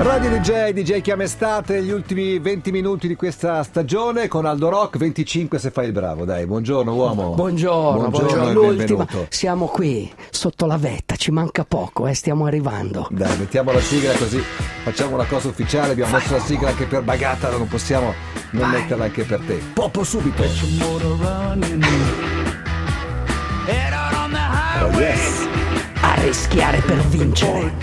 Radio DJ Chiama Estate, gli ultimi 20 minuti di questa stagione con Aldo Rock, 25 se fai il bravo, dai. Buongiorno uomo. Buongiorno. E L'ultima. benvenuto. Siamo qui, sotto la vetta, ci manca poco, stiamo arrivando. Dai, mettiamo la sigla così facciamo una cosa ufficiale, abbiamo messo la sigla anche per Bagata, non possiamo non metterla anche per te. Popo subito. Oh yes. A rischiare per vincere.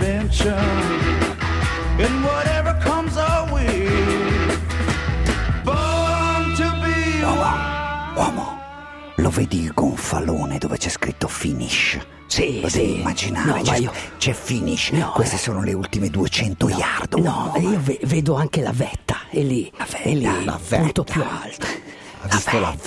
And whatever comes our way, born to be Uomo, lo vedi il gonfalone dove c'è scritto finish? Sì, Lo sì. devi immaginare, No, ma io... c'è finish. No, Queste sono le ultime 200 yard. No, io vedo anche la vetta, è lì, è lì, la punto vetta. più alto. Ha visto la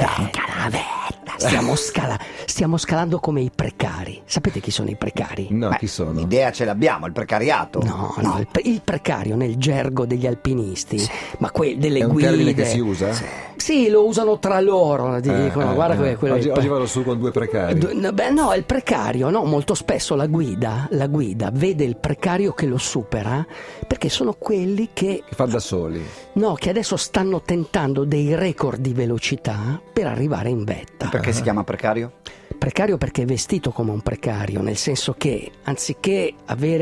La vetta. Stiamo scalando come i precari. Sapete chi sono i precari? No, chi sono? L'idea ce l'abbiamo, il precariato. No, il precario nel gergo degli alpinisti, ma delle È un guide. termine che si usa? Sì, lo usano tra loro, ti dicono, guarda quello oggi vado su con due precari. No, il precario, no, molto spesso la guida vede il precario che lo supera, perché sono quelli che Fanno da soli. no, che adesso stanno tentando dei record di velocità per arrivare in vetta. Perché si chiama precario? Precario perché è vestito come un precario, nel senso che anziché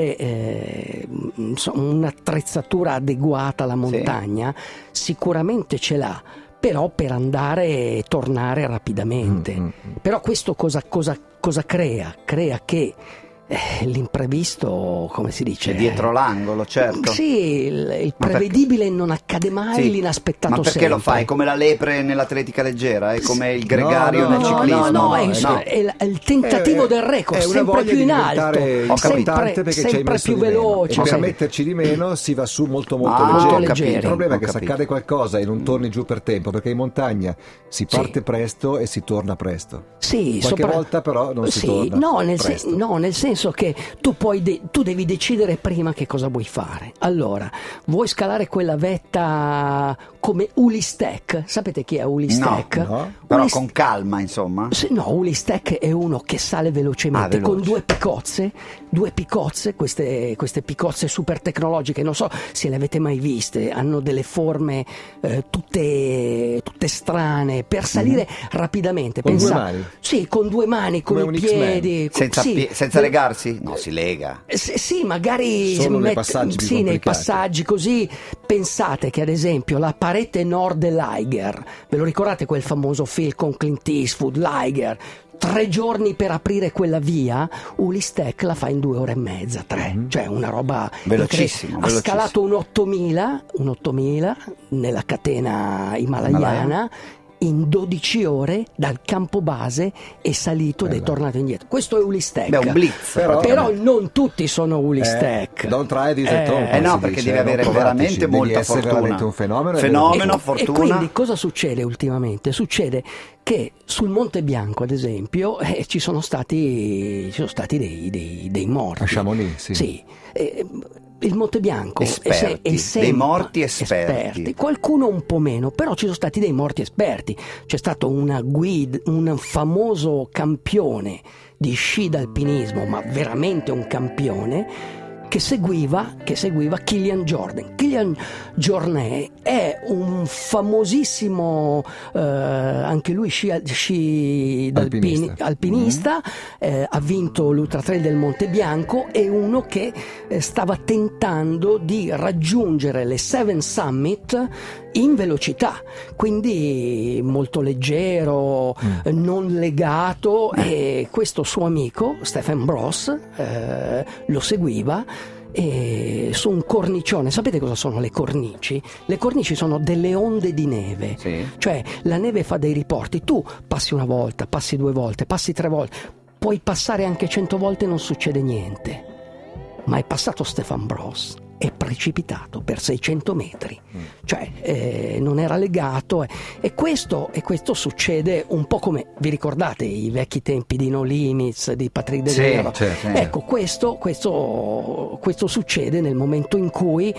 avere un'attrezzatura adeguata alla montagna, sicuramente ce l'ha, però per andare e tornare rapidamente. Però questo cosa crea? Crea che l'imprevisto, come si dice? C'è dietro l'angolo, certo. Sì, il Ma prevedibile non accade mai, Sì. l'inaspettato Ma perché sempre. lo fai? Come la lepre nell'atletica leggera? È come il gregario nel ciclismo? No, è il tentativo del record, è una sempre voglia più di in alto, diventare importante perché ci hai sempre messo più di meno. veloce. E per Sì. metterci di meno si va su molto Molto leggeri. leggeri. Il problema è Ho che se capito. accade qualcosa e non torni giù per tempo, perché in montagna si parte presto e si torna presto. Sì, Qualche volta però non si torna presto. nel senso che tu devi decidere prima che cosa vuoi fare. Allora, vuoi scalare quella vetta come Uli Stack? Sapete chi è Uli Stack? No. Però Uli con calma, insomma. No, Uli Stack è uno che sale velocemente veloce. con due picozze, queste picozze super tecnologiche, non so se le avete mai viste, hanno delle forme tutte strane per salire rapidamente. Con due mani? Sì, con due mani, con Come i un X-Men. piedi. Senza legarsi? No, si lega. Sì, magari Solo nei passaggi più nei complicati. passaggi così. Pensate che ad esempio la parete nord dell'Eiger, ve lo ricordate quel famoso film con Clint Eastwood, l'Eiger? 3 giorni per aprire quella via, Uli Stack la fa in 2 ore e mezza, 3, cioè una roba Velocissimo, incredibile. Ha scalato un 8000 nella catena himalayana in 12 ore dal campo base è salito ed è tornato indietro. Questo è Uli Stack. Beh, un blitz. Però non tutti sono Uli Stack. Don't try this at home. no, si perché dice, devi avere non provateci, veramente molta devi essere fortuna. veramente un fenomeno. Fenomeno, E fortuna. quindi cosa succede ultimamente? Succede che sul Monte Bianco, ad esempio, ci sono stati dei morti. A Chamonix, sì. Il Monte Bianco Esperti, è sempre dei morti esperti. Qualcuno un po' meno, però ci sono stati dei morti esperti. C'è stato un famoso campione di sci d'alpinismo, ma veramente un campione, che seguiva Kilian Jordan. Kilian Jornet è un famosissimo anche lui sci alpinista, ha vinto l'Ultra Trail del Monte Bianco, è uno che stava tentando di raggiungere le Seven Summit in velocità, quindi molto leggero, non legato, e questo suo amico Stefan Bros lo seguiva su un cornicione. Sapete cosa sono le cornici? Le cornici sono delle onde di neve, Sì. cioè la neve fa dei riporti, tu passi una volta, passi 2 volte, passi 3 volte, puoi passare anche 100 volte e non succede niente, ma è passato Stefan Bros, è precipitato per 600 metri, cioè non era legato, e questo succede un po' come, vi ricordate i vecchi tempi di No Limits, di Patrick De Vero? certo. Ecco, questo succede nel momento in cui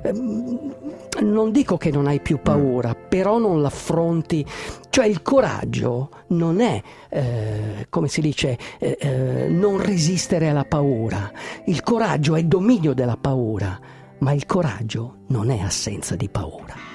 non dico che non hai più paura, però non l'affronti. Cioè il coraggio non è, come si dice, non resistere alla paura. Il coraggio è dominio della paura, Ma il coraggio non è assenza di paura.